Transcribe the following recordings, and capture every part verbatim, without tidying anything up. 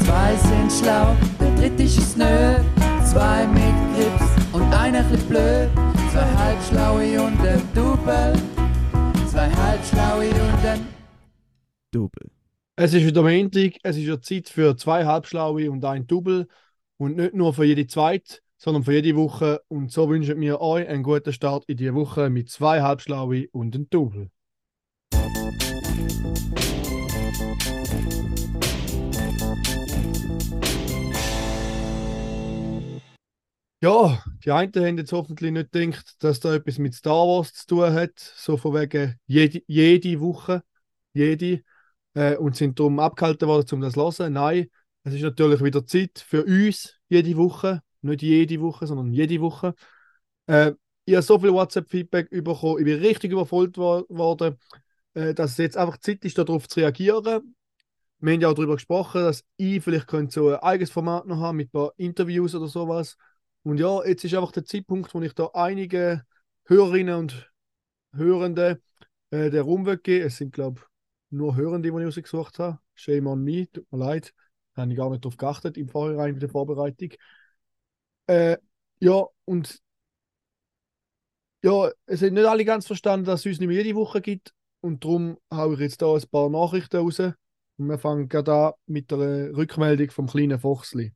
Zwei sind schlau, der dritte ist es nö. Zwei mit Grips und einer chli blöd. Zwei halbschlaue und ein Double. Zwei halbschlaue und ein Double. Es ist wieder Montag, es ist ja Zeit für zwei Halbschlaue und ein Double. Und nicht nur für jede zweite, sondern für jede Woche. Und so wünschen wir euch einen guten Start in die Woche mit zwei Halbschlaue und ein Double. Ja, die einen haben jetzt hoffentlich nicht gedacht, dass da etwas mit Star Wars zu tun hat. So von wegen jede, jede Woche, jede. Äh, und sind darum abgehalten worden, um das zu hören. Nein, es ist natürlich wieder Zeit für uns, jede Woche. Nicht jede Woche, sondern jede Woche. Äh, ich habe so viel WhatsApp-Feedback bekommen, ich bin richtig überfordert wo- worden, äh, dass es jetzt einfach Zeit ist, darauf zu reagieren. Wir haben ja auch darüber gesprochen, dass ich vielleicht könnte so ein eigenes Format noch haben mit ein paar Interviews oder sowas. Und ja, jetzt ist einfach der Zeitpunkt, wo ich da einige Hörerinnen und Hörende äh, den Raum geben. Es sind, glaube ich, nur Hörende, die ich rausgesucht habe. Shame on me, tut mir leid. Da habe ich gar nicht darauf geachtet im Vorhinein bei der Vorbereitung. Äh, ja, und ja, es haben nicht alle ganz verstanden, dass es uns nicht mehr jede Woche gibt. Und darum haue ich jetzt da ein paar Nachrichten raus. Und wir fangen gerade an mit der Rückmeldung vom kleinen Fochsli.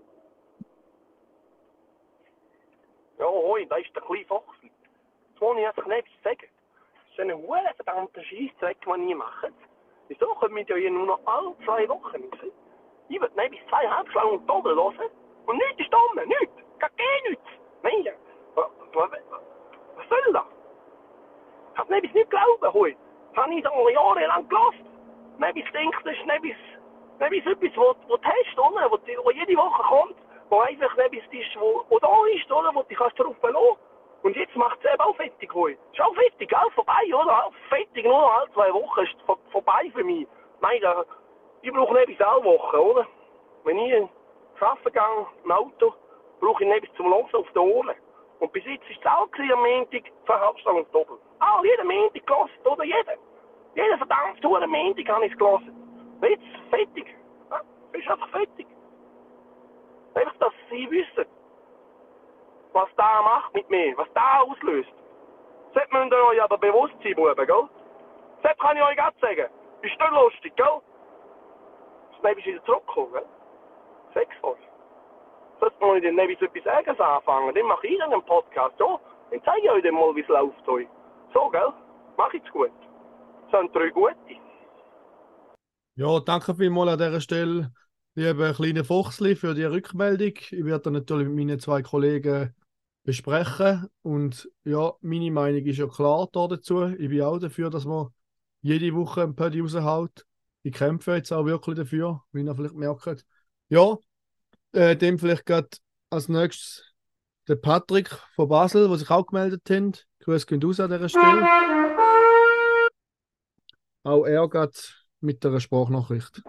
Ja, hoi, da ist der kleine Foxy. Jetzt muss ich einfach nichts sagen. Das ist ein hoher verdammter Scheissdreck, den ihr macht. Wieso können wir ja nur noch alle zwei Wochen raus? Ich würde nicht bis zwei Halbschlangen und Doppel hören. Und nichts ist dumm, nichts. Gar nichts. Nein, was, was, was soll das? Ich kann nicht bis nicht glauben, hoi. Das habe ich so jahrelang gelassen. Nicht bis denkst, das ist nicht bis, nicht bis etwas, wo, wo du hast, oder? Wo, wo jede Woche kommt. Wo einfach nicht bis ist, wo, wo da ist, oder? Wo du kannst darauf verlassen. Und jetzt macht es eben auch fertig, hoi. Ist auch fertig, auch vorbei, oder? Auch fertig, nur noch alle zwei Wochen ist vor, vorbei für mich. Nein, da, ich brauche nicht bis alle Wochen, oder? Wenn ich arbeiten gehe, im Auto, brauche ich nicht bis zum Hören auf den Ohren. Und bis jetzt ist es auch gewesen, am Montag, zwei Halbstunden und Doppel. Ah, jeden Montag gelassen, oder? Jeden. Jeden verdammten Tour Montag habe ich es gelassen. Jetzt, fertig. Ja, ist einfach fertig. Einfach, dass sie wissen, was da macht mit mir, was da auslöst. Das müsst ihr euch aber bewusst sein, Buben, gell? Das kann ich euch gerade sagen. Ist nicht lustig, gell? Das ist wieder zurückgekommen, gell? Sechs euch. Sollte man dann nicht etwas Eigenes anfangen, dann mache ich einen Podcast, ja? Dann zeige ich euch dann mal, wie es läuft euch. So, gell? Mach ich's gut. Das sind drei Gute. Ja, danke vielmals an dieser Stelle, lieber kleine Fochsli, für die Rückmeldung. Ich werde dann natürlich mit meinen zwei Kollegen besprechen. Und ja, meine Meinung ist ja klar da dazu. Ich bin auch dafür, dass man jede Woche ein Pödi raushaut. Ich kämpfe jetzt auch wirklich dafür, wie ihr vielleicht merkt. Ja, äh, dem vielleicht gerade als nächstes der Patrick von Basel, der sich auch gemeldet hat. Grüß gehen raus an dieser Stelle. Auch er geht mit einer Sprachnachricht.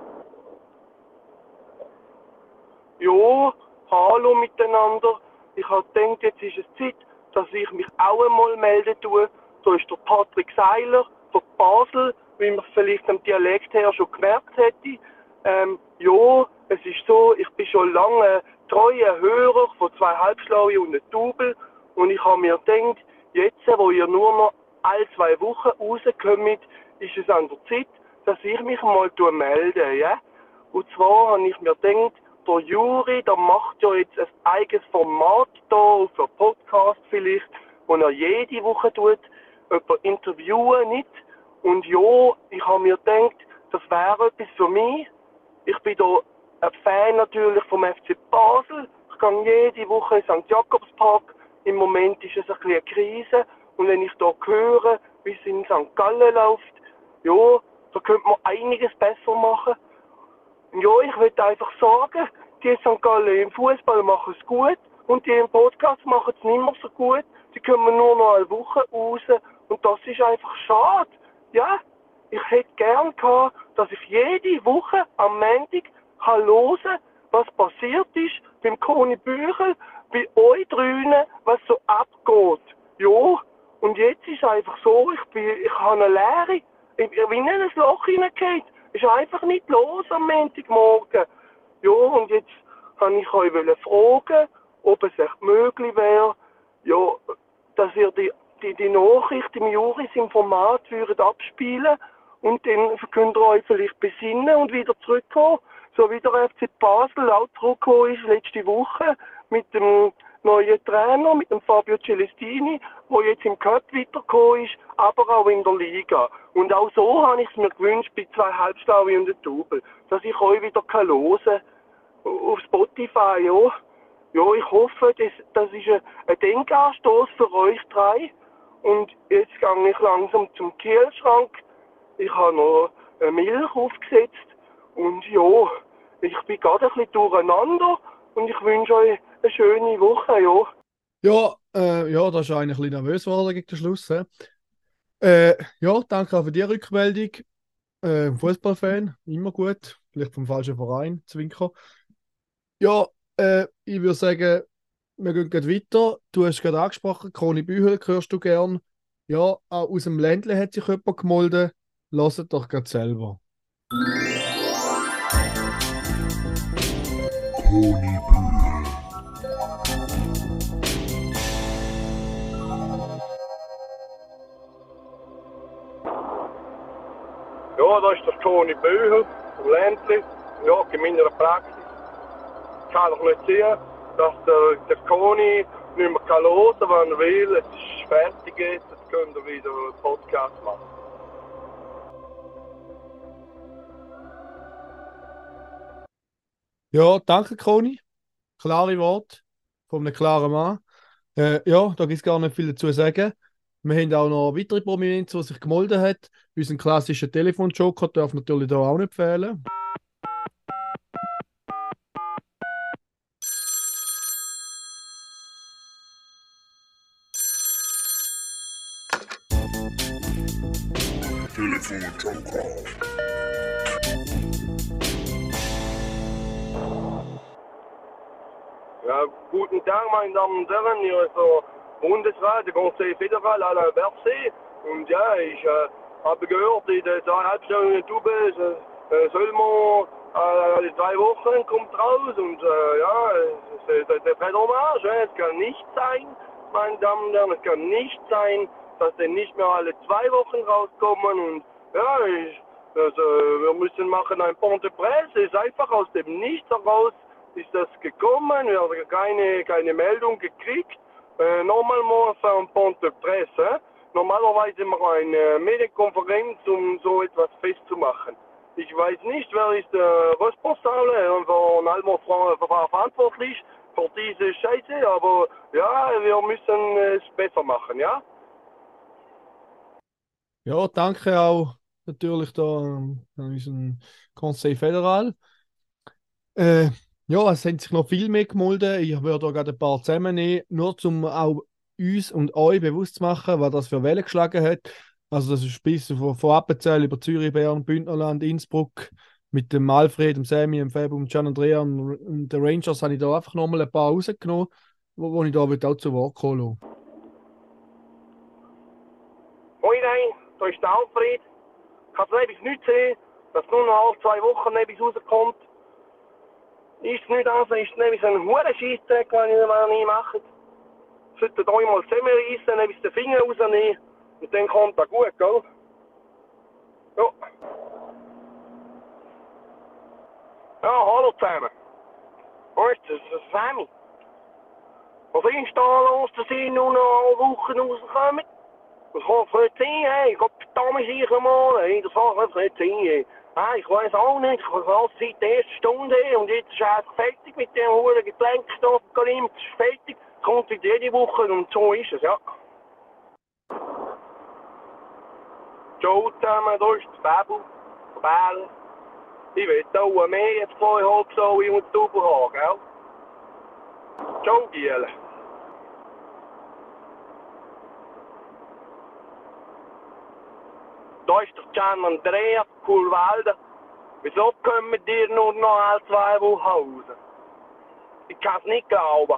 Ja, hallo miteinander. Ich habe gedacht, jetzt ist es Zeit, dass ich mich auch einmal melden tue. Da ist der Patrick Seiler von Basel, wie man vielleicht am Dialekt her schon gemerkt hätte. Ähm, ja, es ist so, ich bin schon lange treuer Hörer von zwei Halbschlaue und einem Double. Und ich habe mir gedacht, jetzt, wo ihr nur noch alle zwei Wochen rauskommt, ist es an der Zeit, dass ich mich mal melde, ja? Und zwar habe ich mir gedacht, der Juri, der macht ja jetzt ein eigenes Format da auf einem Podcast vielleicht, wo er jede Woche tut, jemanden interviewen, nicht? Und ja, ich habe mir gedacht, das wäre etwas für mich. Ich bin da ein Fan natürlich vom F C Basel. Ich gehe jede Woche in Sankt Jakobspark. Im Moment ist es ein bisschen eine Krise. Und wenn ich da höre, wie es in Sankt Gallen läuft, ja, da könnte man einiges besser machen. Ja, ich würde einfach sagen, die Sankt Gallen im Fußball machen es gut und die im Podcast machen es nicht mehr so gut. Die kommen nur noch eine Woche raus und das ist einfach schade. Ja, ich hätte gern gehabt, dass ich jede Woche am Montag kann hören, was passiert ist beim Koni Büchel, bei euch drinnen, was so abgeht. Ja, und jetzt ist es einfach so, ich, bin, ich habe eine Leere, ich bin in ein Loch hineingeht. Ist einfach nicht los am Montagmorgen. Ja, und jetzt wollte ich euch fragen, ob es echt möglich wäre, ja, dass ihr die, die, die Nachricht im Juris im Format würdet abspielen und dann könnt ihr euch vielleicht besinnen und wieder zurückkommen, so wie der F C Basel auch zurückgekommen ist letzte Woche mit dem neuen Trainer, mit dem Fabio Celestini, der jetzt im Cup weitergekommen ist, aber auch in der Liga. Und auch so habe ich es mir gewünscht bei zwei Halbschlaue und einem Double, dass ich euch wieder hören kann auf Spotify, ja. Ja, ich hoffe, das, das ist ein, ein Denkanstoß für euch drei. Und jetzt gehe ich langsam zum Kühlschrank. Ich habe noch eine Milch aufgesetzt. Und ja, ich bin gerade ein bisschen durcheinander. Und ich wünsche euch eine schöne Woche, ja. Ja, äh, ja, da ist einer ein bisschen nervös geworden gegen den Schluss. He? Äh, ja, danke auch für die Rückmeldung. Äh, Fußballfan, immer gut. Vielleicht vom falschen Verein, Zwinker. Ja, äh, ich würde sagen, wir gehen gleich weiter. Du hast gerade angesprochen, Conny Bühel hörst du gern. Ja, auch aus dem Ländle hat sich jemand gemolden. Lasst doch gerade selber. Conny Bühel. Ja, da ist der Conny Bühel, vom Ländli, ja, in meiner Praxis. Ich kann doch nicht sehen, dass der, der Conny nicht mehr kann hören kann, wenn er will. Es ist fertig jetzt, jetzt könnt ihr wieder einen Podcast machen. Ja, danke, Conny. Klare Worte von einem klaren Mann. Äh, ja, da gibt es gar nicht viel dazu zu sagen. Wir haben auch noch weitere Prominenz, die sich gemolden hat. Unseren klassischen Telefonjoker darf natürlich da auch nicht fehlen. Telefonjoker. Ja, guten Tag, meine Damen und Herren, hier ist der Bundesrat, der Conseil Fédéral, Alain Berset. Und ja, ich äh, habe gehört, in der halbstündigen Tube äh, soll man äh, alle zwei Wochen kommt raus. Und äh, ja, es, es, der Fait Hommage, äh, es kann nicht sein, meine Damen und Herren, es kann nicht sein, dass die nicht mehr alle zwei Wochen rauskommen. Und ja, ich, also, wir müssen machen ein Pont de Presse, es ist einfach aus dem Nichts heraus ist das gekommen, wir haben keine, keine Meldung gekriegt. Äh, normalement c'est un Pont de Presse. Normalerweise immer eine Medienkonferenz, um so etwas festzumachen. Ich weiß nicht, wer ist der Responsable von Almo verantwortlich für diese Scheiße, aber ja, wir müssen es besser machen, ja? Ja, danke auch natürlich da an unseren Conseil Fédéral. Äh, ja, es haben sich noch viel mehr gemolden. Ich würde da gerade ein paar zusammennehmen, nur um auch uns und euch bewusst zu machen, was das für Wellen geschlagen hat. Also das ist bis von, von Appenzell über Zürich, Bern, Bündnerland, Innsbruck mit dem Alfred, dem Sammy, dem Fab, dem Gian Andrea und, und den Rangers habe ich da einfach nochmal ein paar rausgenommen, wo, wo ich da auch zu Wort kommen lassen. Moin, nein, da ist der Alfred. Ich kann es nämlich nicht sehen, dass nur noch alle zwei Wochen etwas rauskommt. Ist es nicht also, ist es nämlich ein hoher Scheissdreck, wenn ihr das nicht macht. Solltet euch mal zusammenreißen, etwas den Finger rausnehmen und dann kommt das gut, gell? Ja. Ja, hallo zusammen. Weißt du, das ist Sammy. Was ist da los, dass ihr nur noch alle Wochen rauskommt? Das kann es nicht sein, hey. Gott verdammt sich einmal, hey. Das kann es nicht sein, hey. Ah, ich weiß auch nicht, ich habe seit der ersten Stunde und jetzt ist er fertig mit dem hohen Getränkstoff, Karim, es ist fertig, kommt wieder jede Woche und so ist es, ja. Ciao zusammen, da ist der Fabel, der Bäl. Ich will auch mehr jetzt zweieinhalb so in und Tauber haben, gell? Ciao, Giele. Da ist der Gian Andrea, Kurwalden. Wieso kommen die nur noch alle zwei Wochen raus? Ich kann es nicht glauben.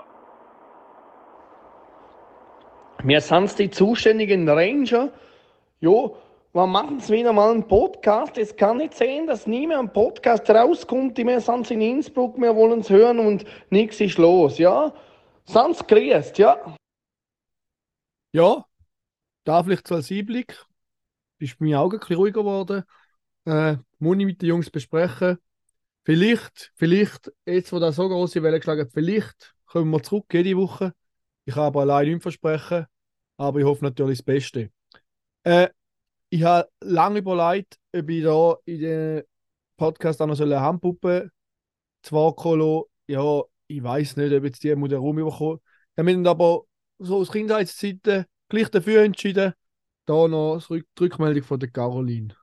Wir sind die zuständigen Ranger. Ja, wann machen Sie wieder mal einen Podcast? Es kann nicht sein, dass nie mehr ein Podcast rauskommt. Wir sind in Innsbruck, wir wollen es hören und nichts ist los, ja? Sans grüßt, ja? Ja, da vielleicht so als Einblick. Ist bei mir auch ein bisschen ruhiger geworden. Äh, muss ich mit den Jungs besprechen. Vielleicht, vielleicht, jetzt wo das so große Welle geschlagen hat, vielleicht kommen wir zurück jede Woche. Ich kann aber allein nichts versprechen, aber ich hoffe natürlich das Beste. Äh, ich habe lange überlegt, ob ich da in den Podcast auch noch eine Handpuppe zu Wort kommen lassen. Ja, ich weiß nicht, ob jetzt die den Raum überkommen. Ich habe mich aber so aus Kindheitszeiten gleich dafür entschieden. Da noch die Rückmeldung von der Caroline.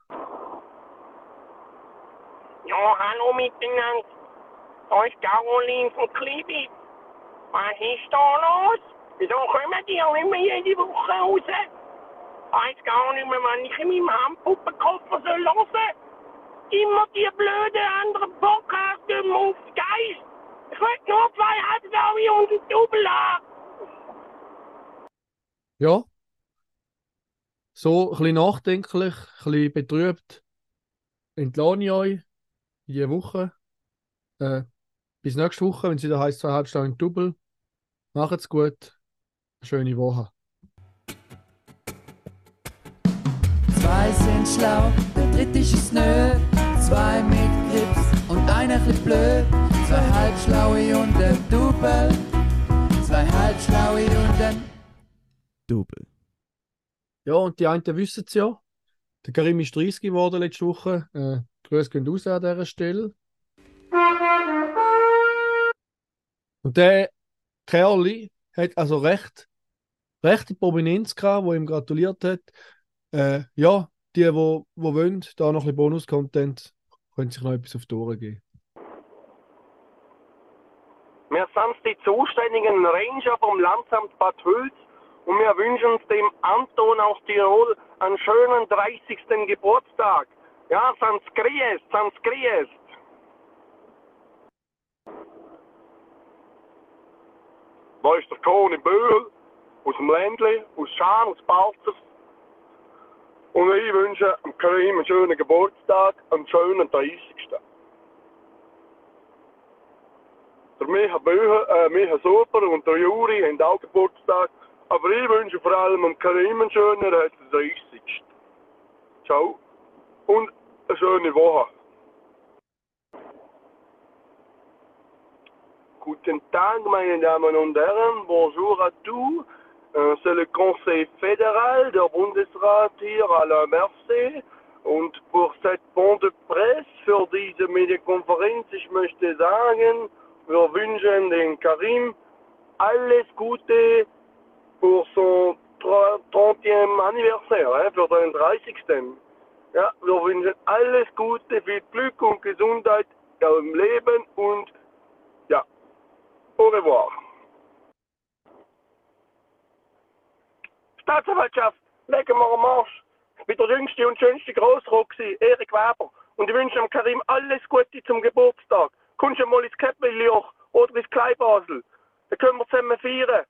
Ja, hallo miteinander. Da ist Caroline von Klibi. Was ist da los? Wieso kommen die auch immer jede Woche raus? Ich weiß gar nicht mehr, wann ich in meinem Handpuppenkoffer soll hören. Immer die blöden anderen Podcasts gehen mir auf den Geist. Ich will nur zwei Halbsaue und einen Double haben. Ja, so ein bisschen nachdenklich, ein bisschen betrübt entlasse ich euch in diese Woche. Äh, bis nächste Woche, wenn es wieder heisst, zwei Halbstunden Double. Macht's gut. Eine schöne Woche. Zwei sind schlau, der dritte ist es nö. Zwei mit Grips und einer chli blöd. Zwei halbschlaue und ein Double. Zwei halbschlaue und ein Double. Ja, und die einen wissen es ja. Der Karim ist dreißig geworden letzte Woche. Äh, Grüße gehen raus an dieser Stelle. Und der Kerli hat also recht, rechte Prominenz gehabt, wo ihm gratuliert hat. Äh, ja, die, die, die wollen, da noch ein bisschen Bonus-Content, können sich noch etwas auf die Ohren geben. Wir sind die zuständigen Ranger vom Landsamt Bad Hülz und wir wünschen dem Anton aus Tirol einen schönen dreißigsten Geburtstag. Ja, sans grüßt, sans grüßt. Da ist der Kohn im Böhel, aus dem Ländli, aus Schaan, aus Balzers. Und ich wünsche dem Karim einen schönen Geburtstag, einen schönen dreißigsten Der Micha Böhel, äh, Micha Super und der Juri haben auch Geburtstag. Aber ich wünsche vor allem dem Karim einen schönen, er hat den dreißigsten Ciao und eine schöne Woche. Guten Tag, meine Damen und Herren. Bonjour à tous. Euh, C'est le Conseil fédéral, der Bundesrat hier à la Mercé. Und pour cette Bande de Presse, für diese Medienkonferenz, ich möchte sagen, wir wünschen den Karim alles Gute pour son trentième anniversaire, hein, für den dreißigsten Ja, wir wünschen alles Gute, viel Glück und Gesundheit im Leben und ja, au revoir. Staatsanwaltschaft, legen wir am Arsch. Ich bin der jüngste und schönste Grossrot gewesen, Erik Weber. Und ich wünsche dem Karim alles Gute zum Geburtstag. Kommst du mal ins Käppeljoch oder ins Kleinbasel? Dann können wir zusammen feiern.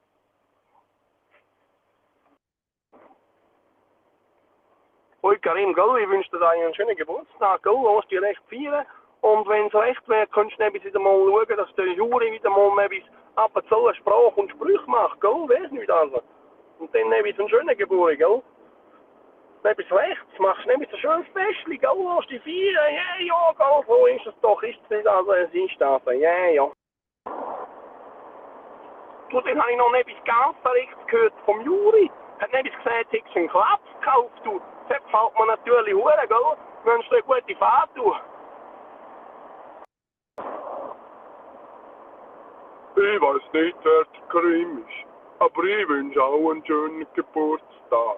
Hoi Karim, gell, ich wünsche dir einen schönen Geburtstag, gell, lass dich recht feiern. Und wenn es recht wäre, könntest du wieder mal schauen, dass der Juri wieder mal etwas ab und zu Sprache und Sprüche macht, gell, weiss nicht also. Und dann etwas einen schönen Geburt, gell. Etwas rechts, machst du etwas ein schönes Festchen, gell, lass dich feiern, ja, ja, gell, so ist es doch, ist es nicht, also es ist das, ja, ja. Du, dann habe ich noch etwas ganz Verrücktes gehört vom Juri. Er hat etwas gesagt, hättest du einen Klaps gekauft, du. Das gefällt mir natürlich hure, gell? Ich wünsche dir eine gute Fahrt, du. Ich weiß nicht, wer der Karim ist, aber ich wünsche auch einen schönen Geburtstag.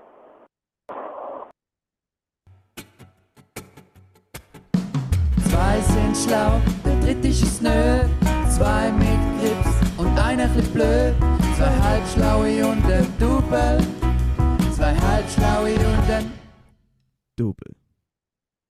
Zwei sind schlau, der dritte ist es nö. Zwei mit Grips und einer chli blöd. Zwei halbschlaue und ein Double. Zwei halbschlaue und ein Double.